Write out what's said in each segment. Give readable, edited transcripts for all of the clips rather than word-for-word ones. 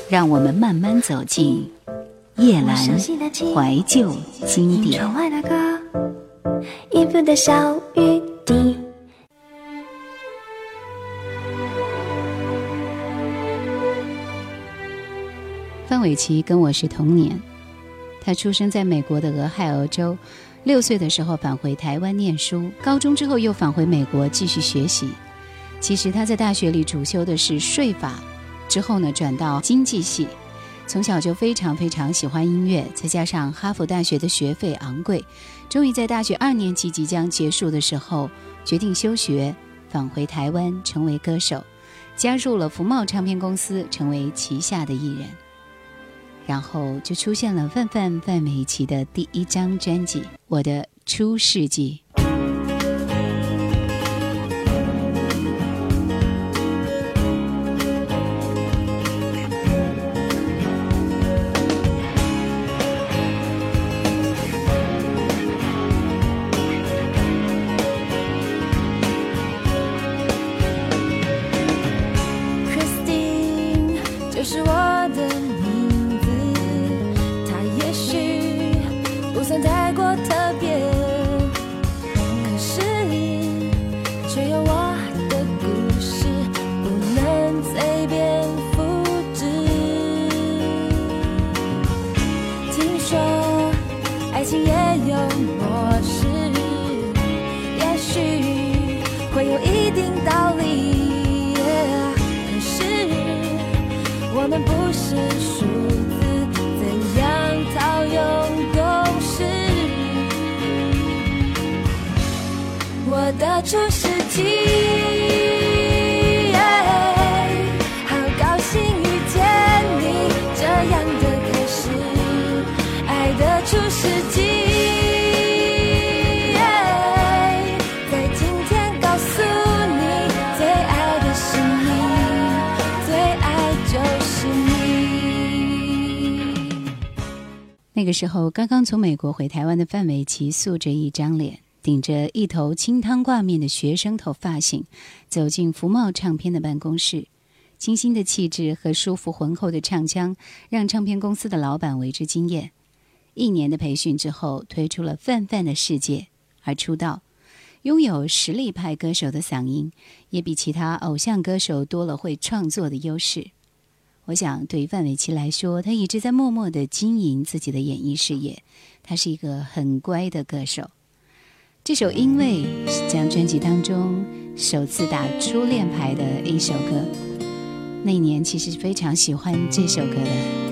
让我们慢慢走进夜阑怀旧经典。 衣服的小雨滴。 范玮琪跟我是同年，他出生在美国的俄亥俄州，6岁的时候返回台湾念书，高中之后又返回美国继续学习。其实他在大学里主修的是税法，之后呢转到经济系。从小就非常喜欢音乐，再加上哈佛大学的学费昂贵，终于在大学2年级即将结束的时候决定休学，返回台湾成为歌手，加入了福茂唱片公司，成为旗下的艺人。然后就出现了范玮琪的第一张专辑《我的初世纪》。 就是我的名字，它也许不算太过特别，可是却有我的故事，不能随便复制。听说爱情也有模式，也许会有一定道理，我们不是数字，怎样套用公式？我的初世纪，好高兴遇见你，这样的开始，爱的初世纪。 那个时候刚刚从美国回台湾的范玮琪素着一张脸，顶着一头清汤挂面的学生头发型，走进福茂唱片的办公室。清新的气质和舒服浑厚的唱腔让唱片公司的老板为之惊艳。1年的培训之后，推出了范的世界而出道，拥有实力派歌手的嗓音，也比其他偶像歌手多了会创作的优势。我想对于范玮琪来说，他一直在默默地经营自己的演艺事业，他是一个很乖的歌手。这首《因为》是这张专辑当中首次打初恋牌的一首歌，那一年其实非常喜欢这首歌的。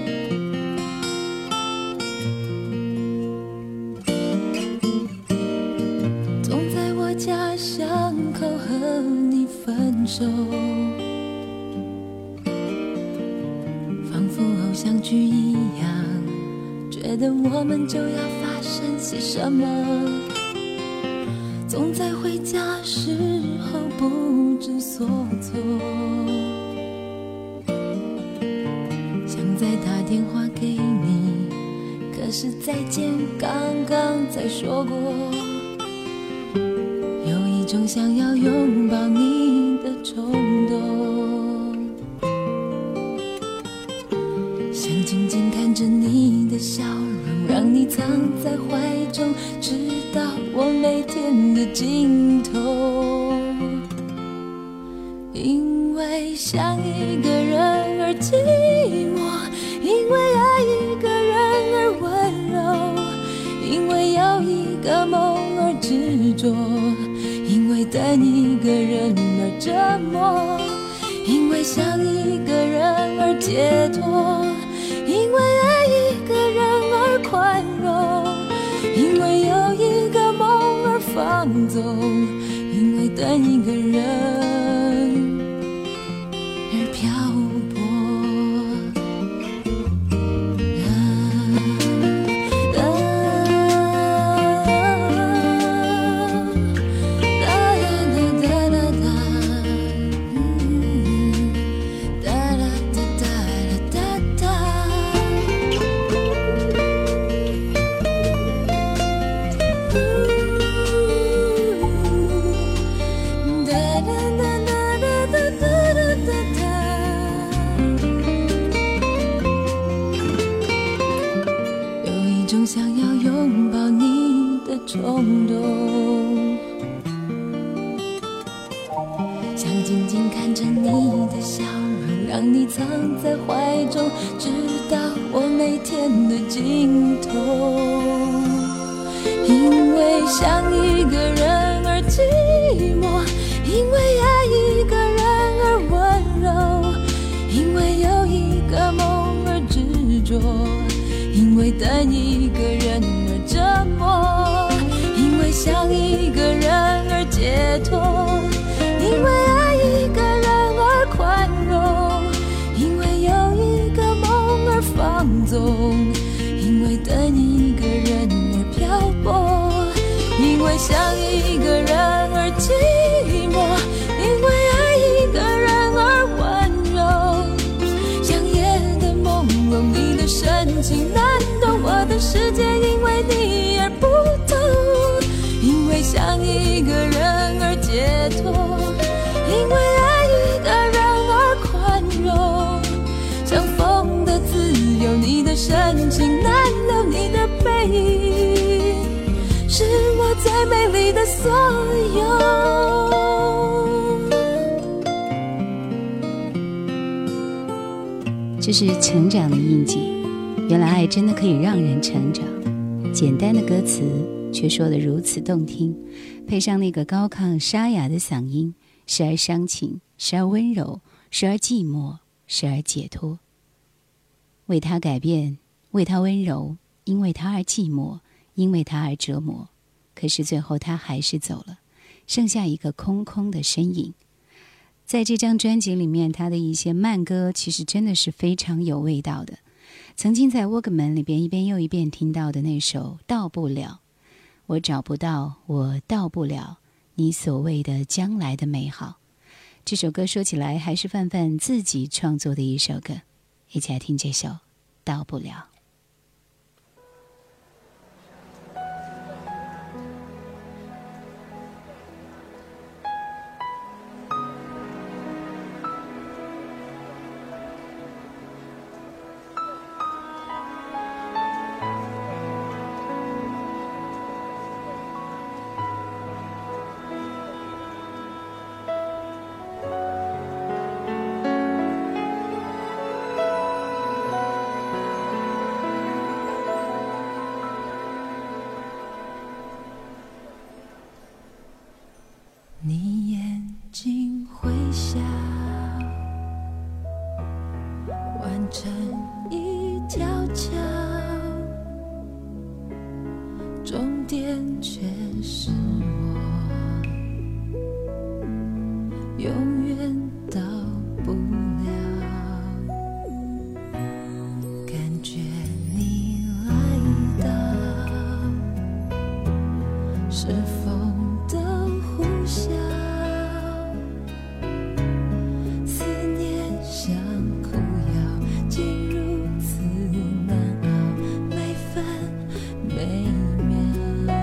总在我家巷口和你分手，偶像剧一样，觉得我们就要发生些什么，总在回家时候不知所措，想再打电话给你，可是再见刚刚才说过，有一种想要拥抱你的冲动，静静看着你的笑容，让你藏在怀中，直到我每天的尽头。因为想一个人而寂寞，因为爱一个人而温柔，因为有一个梦而执着，因为等一个人而折磨，因为想一个人而解脱，因为爱一个人而宽容，因为有一个梦而放纵，因为等一个人而漂泊。 藏在怀中，直到我每天的尽头。因为想一个人而寂寞，因为爱一个人而温柔，因为有一个梦而执着，因为等一个人而折磨，因为想一个人而解脱，因为爱一个人而宽容，因为有一个梦而放纵，因为等一个人而漂泊，因为想一个人而寂寞，因为爱一个人而温柔。像夜的朦胧，你的深情难懂我的世界，因为你而不同。因为想一个人而解脱，因为爱一个人而宽容。像风的自由，你的深情难留，你的背影是我最美丽的所有。 这是成长的印记，原来爱真的可以让人成长。简单的歌词却说得如此动听，配上那个高亢沙哑的嗓音，时而伤情，时而温柔，时而寂寞，时而解脱。为他改变，为他温柔，因为他而寂寞，因为他而折磨。可是最后他还是走了，剩下一个空空的身影。在这张专辑里面，他的一些慢歌其实真的是非常有味道的。曾经在 Walkman 里边一遍又一遍听到的那首到不了，我找不到，我到不了你所谓的将来的美好。这首歌说起来还是范范自己创作的一首歌，一起来听这首到不了。 你眼睛会笑，完成一条桥，终点却是我，永远到不了。感觉你来到，是风的呼啸，思念像苦药，竟如此难熬，每分每秒。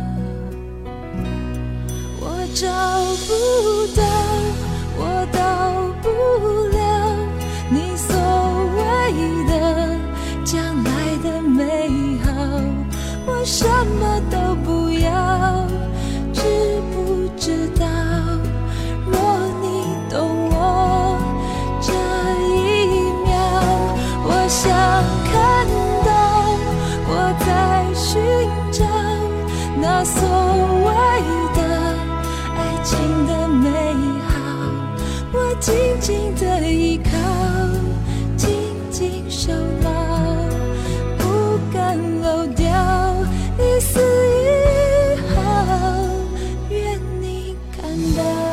我找不到，我到不了你所谓的将来的美好，我什么都不要。知不知道，若你懂我这一秒，我想看到我在寻找那所谓的爱情的美好，我紧紧的依靠，紧紧守牢，不敢漏掉一丝一毫，愿你看到。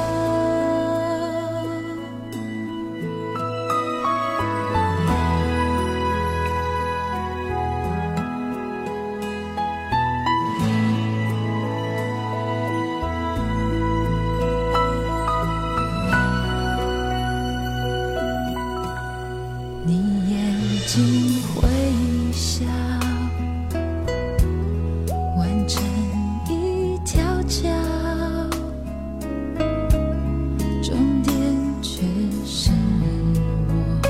你眼睛会笑，完成一条桥，终点却是我，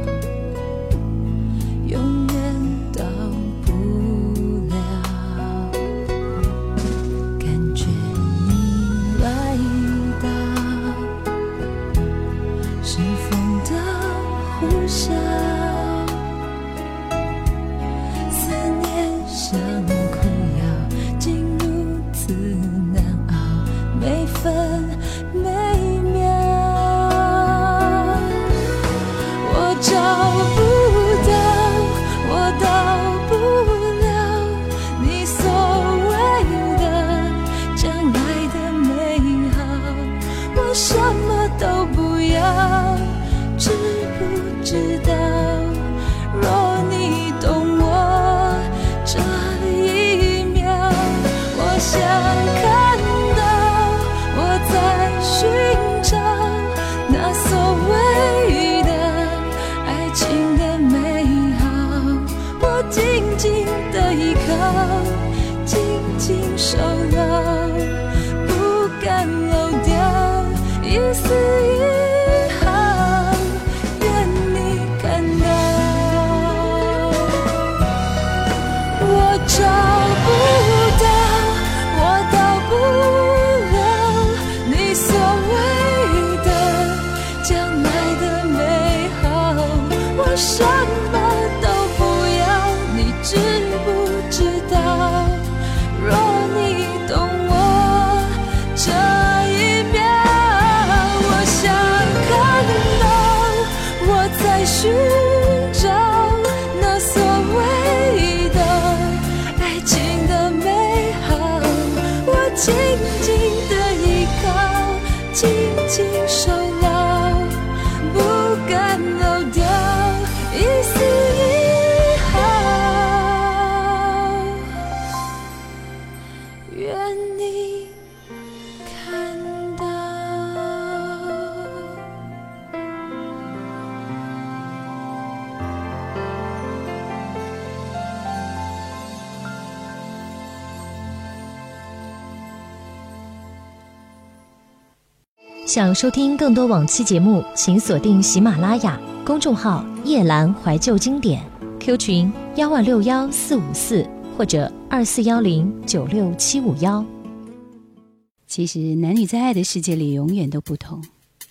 永远到不了。感觉你来到，是风的呼找不到，我到不了你所谓的将来的美好，我什么都不要，知不知道？若你懂我这一秒，我想看到我在寻找那所谓的爱情的美好，我紧紧的依靠，紧紧守牢，不敢漏掉一丝一毫，愿你看到。我找不到，我到不了你所谓的将来的美好，我什么都不要，你知不知道？若你懂我这一秒，我想看到我在寻找那所谓的爱情的美好，我紧紧的依靠，紧紧守牢，不敢漏掉一丝一毫，愿你看到。 想收听更多往期节目，请锁定喜马拉雅公众号夜阑怀旧经典 ，Q 群1261454或者24109671。 其实男女在爱的世界里永远都不同。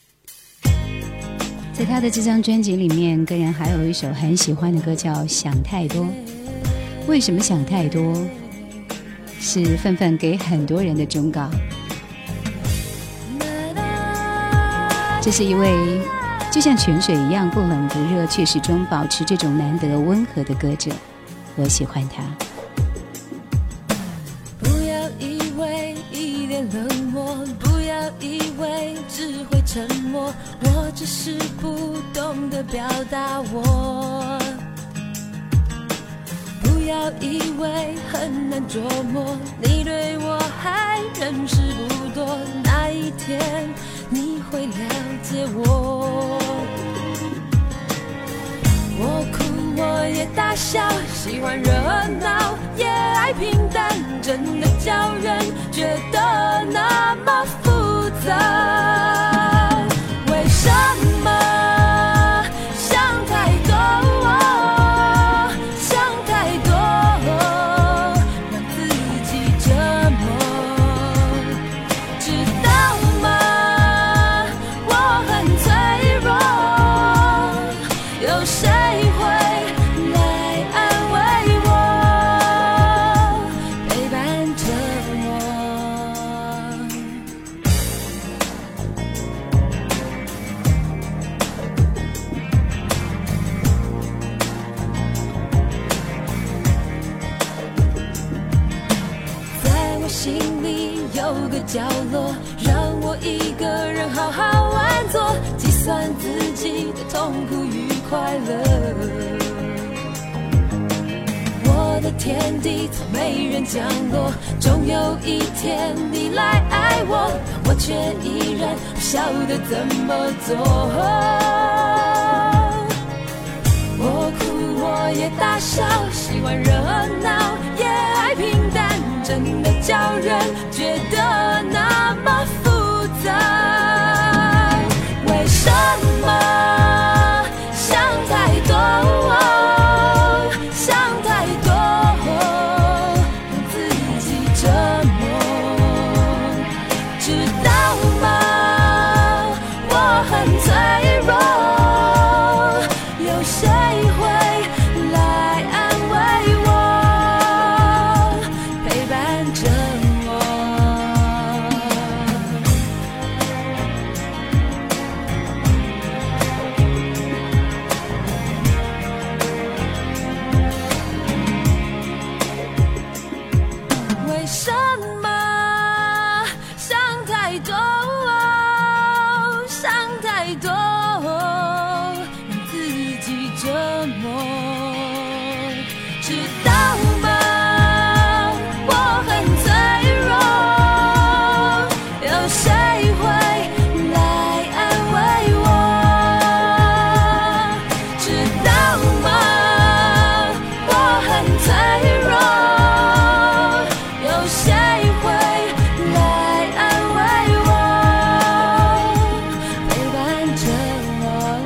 在他的这张专辑里面，个人还有一首很喜欢的歌叫《想太多》。为什么想太多？是愤愤给很多人的忠告。这是一位就像泉水一样不冷不热，却始终保持这种难得温和的歌者，我喜欢他。 不要以为一脸冷漠，不要以为只会沉默，我只是不懂得表达我。不要以为很难琢磨，你对我还认识不多，那一天你会了解我。我哭我也大笑，喜欢热闹也爱平淡，真的叫人觉得那么复杂。为什么想太多，想太多，让自己折磨，知道吗？我很脆弱，有谁会来安慰我，陪伴着我。在我心里有个角落，让我一个人好好玩坐，计算自己的痛苦与快乐。我的天地从没人降落，终有一天你来爱我，我却依然不晓得怎么做。我哭我也大笑，喜欢热闹也爱平淡，真的叫人觉得那么复杂。为什么想太多，想太多，让自己折磨，知道吗？我很脆弱，有谁会来安慰我，陪伴着我。 折磨，知道吗？我很脆弱，有谁会来安慰我？知道吗？我很脆弱，有谁会来安慰我，陪伴着我？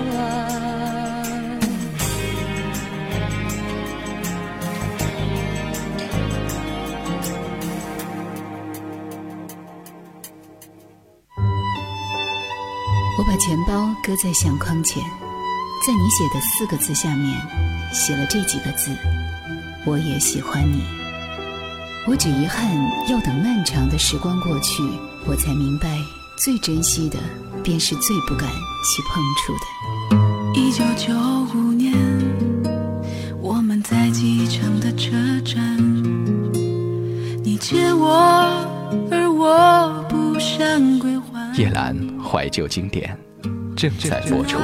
我把钱包搁在相框前，在你写的4个字下面写了这几个字：我也喜欢你。我只遗憾要等漫长的时光过去，我才明白最珍惜的便是最不敢去碰触的。 1995年，我们在机场的车站，你接我，而我不想归还。 夜阑怀旧经典正在播出。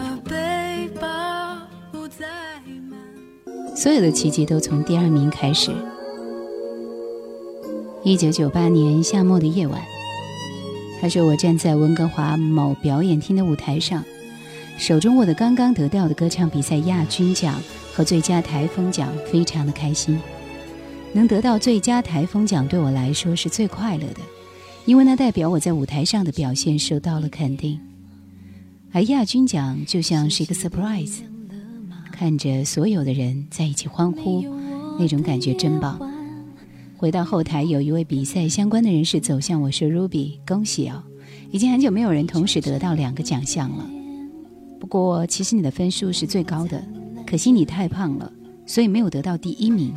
所有的奇迹都从第2名开始。1998年夏末的夜晚，他说我站在温哥华某表演厅的舞台上，手中握的刚刚得到的歌唱比赛亚军奖和最佳台风奖，非常的开心。能得到最佳台风奖对我来说是最快乐的，因为那代表我在舞台上的表现受到了肯定。而亚军奖就像是一个 surprise， 看着所有的人在一起欢呼，那种感觉真棒。回到后台，有一位比赛相关的人士走向我说 Ruby 恭喜哦，已经很久没有人同时得到2个奖项了。不过其实你的分数是最高的，可惜你太胖了，所以没有得到第1名。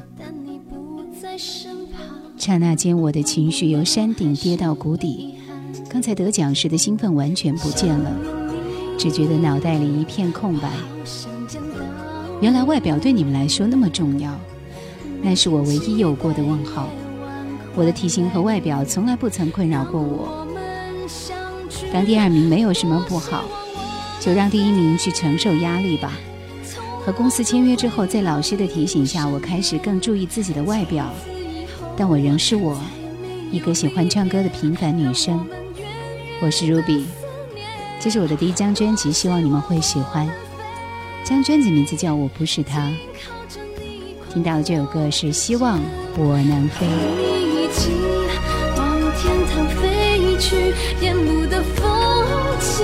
刹那间我的情绪由山顶跌到谷底，刚才得奖时的兴奋完全不见了，只觉得脑袋里一片空白。原来外表对你们来说那么重要，那是我唯一有过的问号。我的体型和外表从来不曾困扰过我，当第2名没有什么不好，就让第1名去承受压力吧。和公司签约之后，在老师的提醒下，我开始更注意自己的外表，但我仍是我，一个喜欢唱歌的平凡女生。我是 Ruby， 这是我的第1张专辑，希望你们会喜欢。这张专辑名字叫我不是他。听到的这首歌是希望我能飞。 你已经往天堂飞去，沿路的风景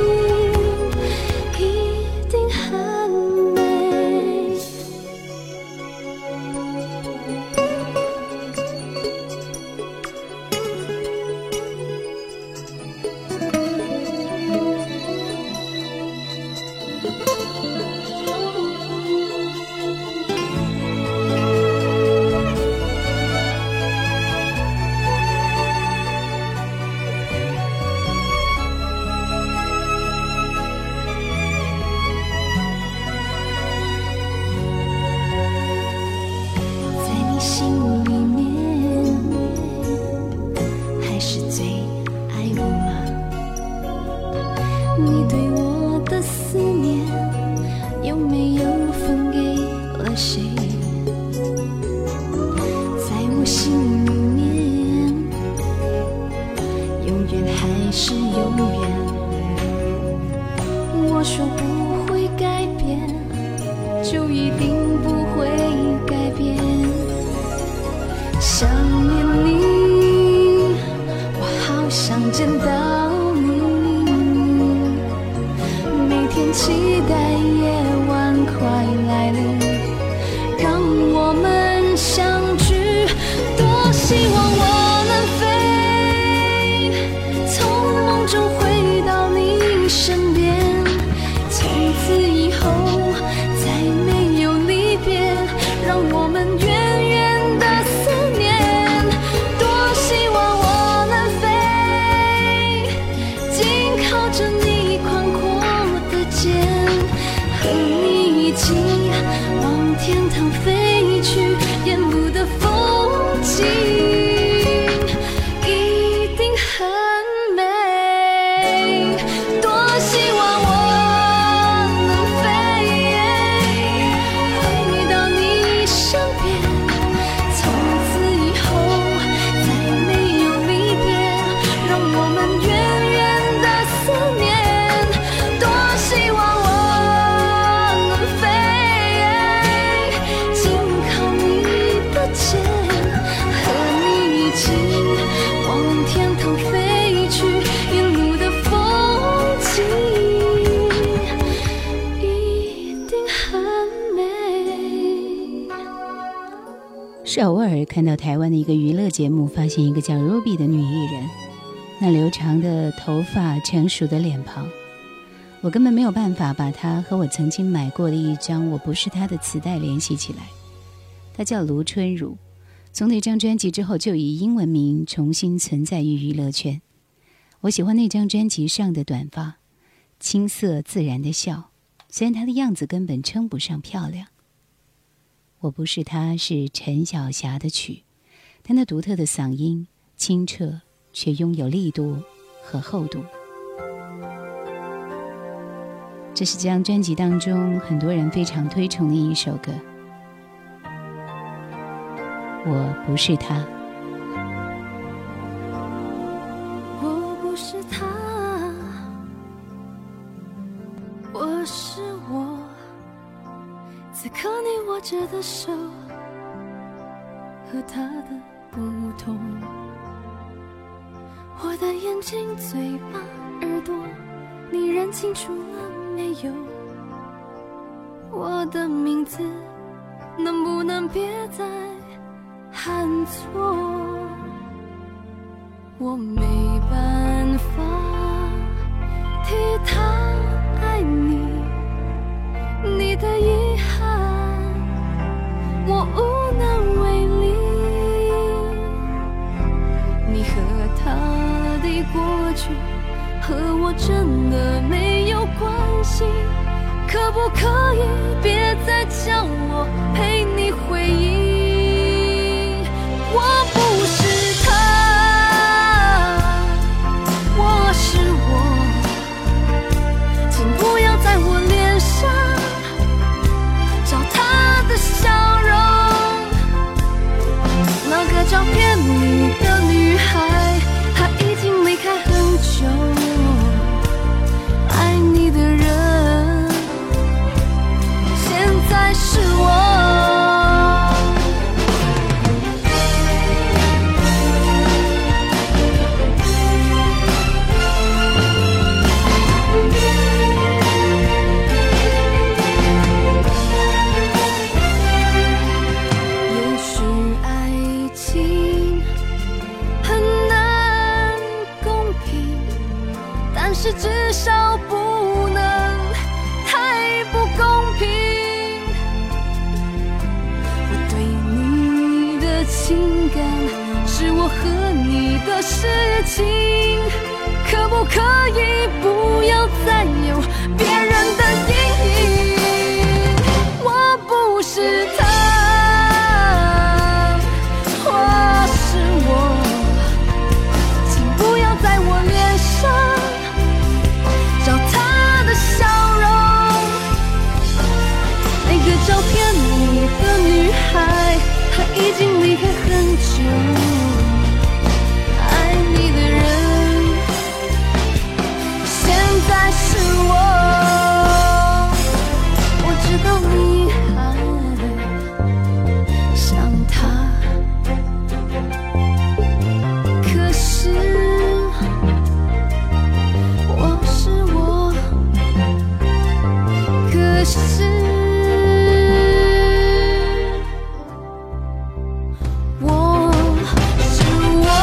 一定很美。你对我的思念有没有分给了谁？在我心里面，永远还是永远。我说不会改变，就一定不会改变。想念你，我好想见到期待夜晚快来临，让我们相聚。多希望我能飞，从梦中回到你身边。从此以后，再没有离是偶尔看到台湾的一个娱乐节目，发现一个叫 Ruby 的女艺人，那留长的头发，成熟的脸庞，我根本没有办法把她和我曾经买过的一张我不是她的磁带联系起来。她叫卢春如，从那张专辑之后就以英文名重新存在于娱乐圈。我喜欢那张专辑上的短发，青涩自然的笑，虽然她的样子根本称不上漂亮。我不是她是陈小霞的曲，但那独特的嗓音清澈，却拥有力度和厚度。这是这张专辑当中很多人非常推崇的一首歌。我不是他， 我不是他，我是我。此刻你握着的手和他的不同，我的眼睛、嘴巴、耳朵，你认清楚了没有？我的名字能不能别再喊错？我没办法替他爱你，你的遗憾我无能为力，你和他的过去和我真的没有关系，可不可以别再叫我陪你回忆？我不是他，我是我，请不要在我脸上找他的笑容。那个照片里的女孩，她已经离开很久，爱你的人现在是我。也许爱情很难公平，但是至少不能太不公平。我对你的情感是我和你的事情，可不可以不要再有别人的阴影？我不是他，我是我，请不要在我脸上找他的笑容。那个照片里的女孩，她已经离开很久，爱你的人现在是我。我知道你还想他，可是我是我，可是我是我。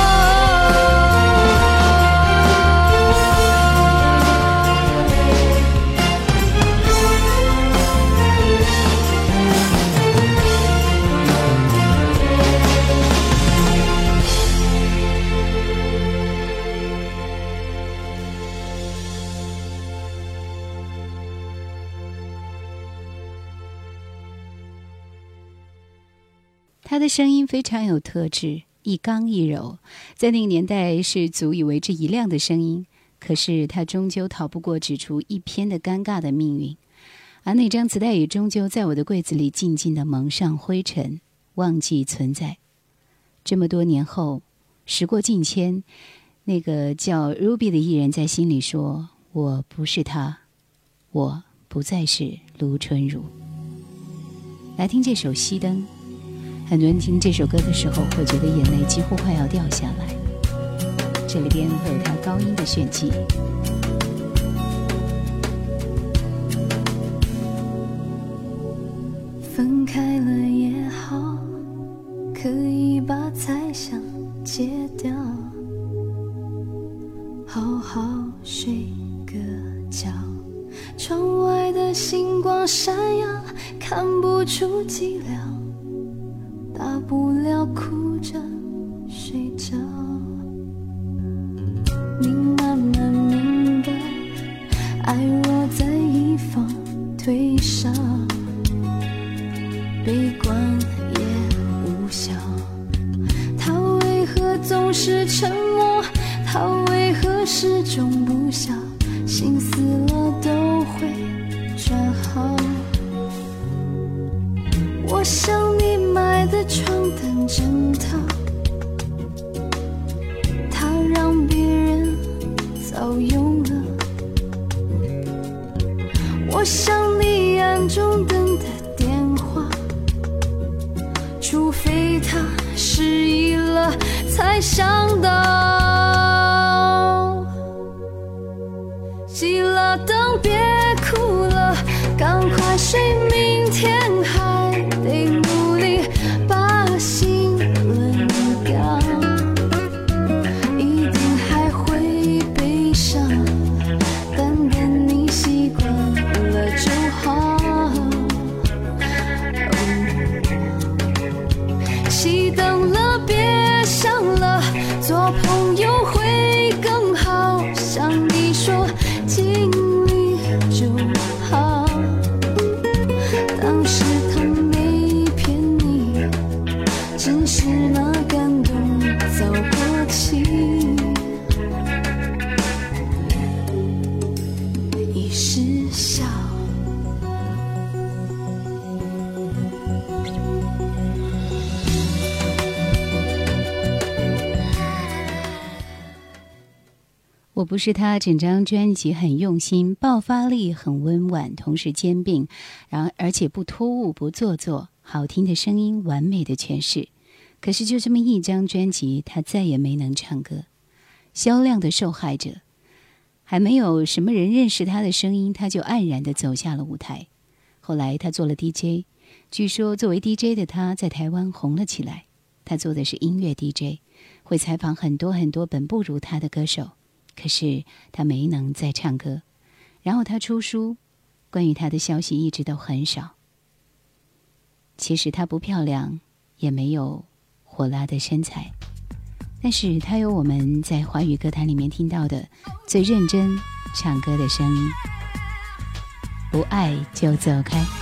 他的声音非常有特质，一刚一柔，在那个年代是足以为之一亮的声音。可是他终究逃不过只出一篇的尴尬的命运，而那张磁带也终究在我的柜子里静静地蒙上灰尘，忘记存在。这么多年后，时过境迁，那个叫 Ruby 的艺人在心里说：我不是他，我不再是卢春如。来听这首《熄灯》。很多人听这首歌的时候会觉得眼泪几乎快要掉下来，这里边会有它高音的炫技。 分开了也好， 可以把猜想戒掉，好好睡个觉。窗外的星光闪耀，看不出寂寥，大不了哭着睡着。你慢慢明白，爱若在一方退烧，悲观也无效。他为何总是沉默？他为何始终不笑？心死了都会转好。我想你买的床单枕头，他让别人早用了。我想你暗中等的电话，除非他失忆了才想到。熄了灯别哭了，赶快睡，明天还得努力把心轮掉。一定还会悲伤，但等你习惯了就好。熄灯了别想了，做朋友会更好。像你说尽力就好，当时他没骗你，只是那感动早过期，已失效。 我不是他整张专辑很用心，爆发力很温婉，同时兼并，而且不突兀不做作，好听的声音完美的诠释。可是就这么一张专辑，他再也没能唱歌。销量的受害者，还没有什么人认识他的声音，他就黯然地走下了舞台。后来他做了 DJ， 据说作为 DJ 的他在台湾红了起来。他做的是音乐 DJ， 会采访很多很多本不如他的歌手。可是他没能再唱歌，然后他出书，关于他的消息一直都很少。其实她不漂亮，也没有火辣的身材，但是她有我们在华语歌坛里面听到的最认真唱歌的声音。不爱就走开。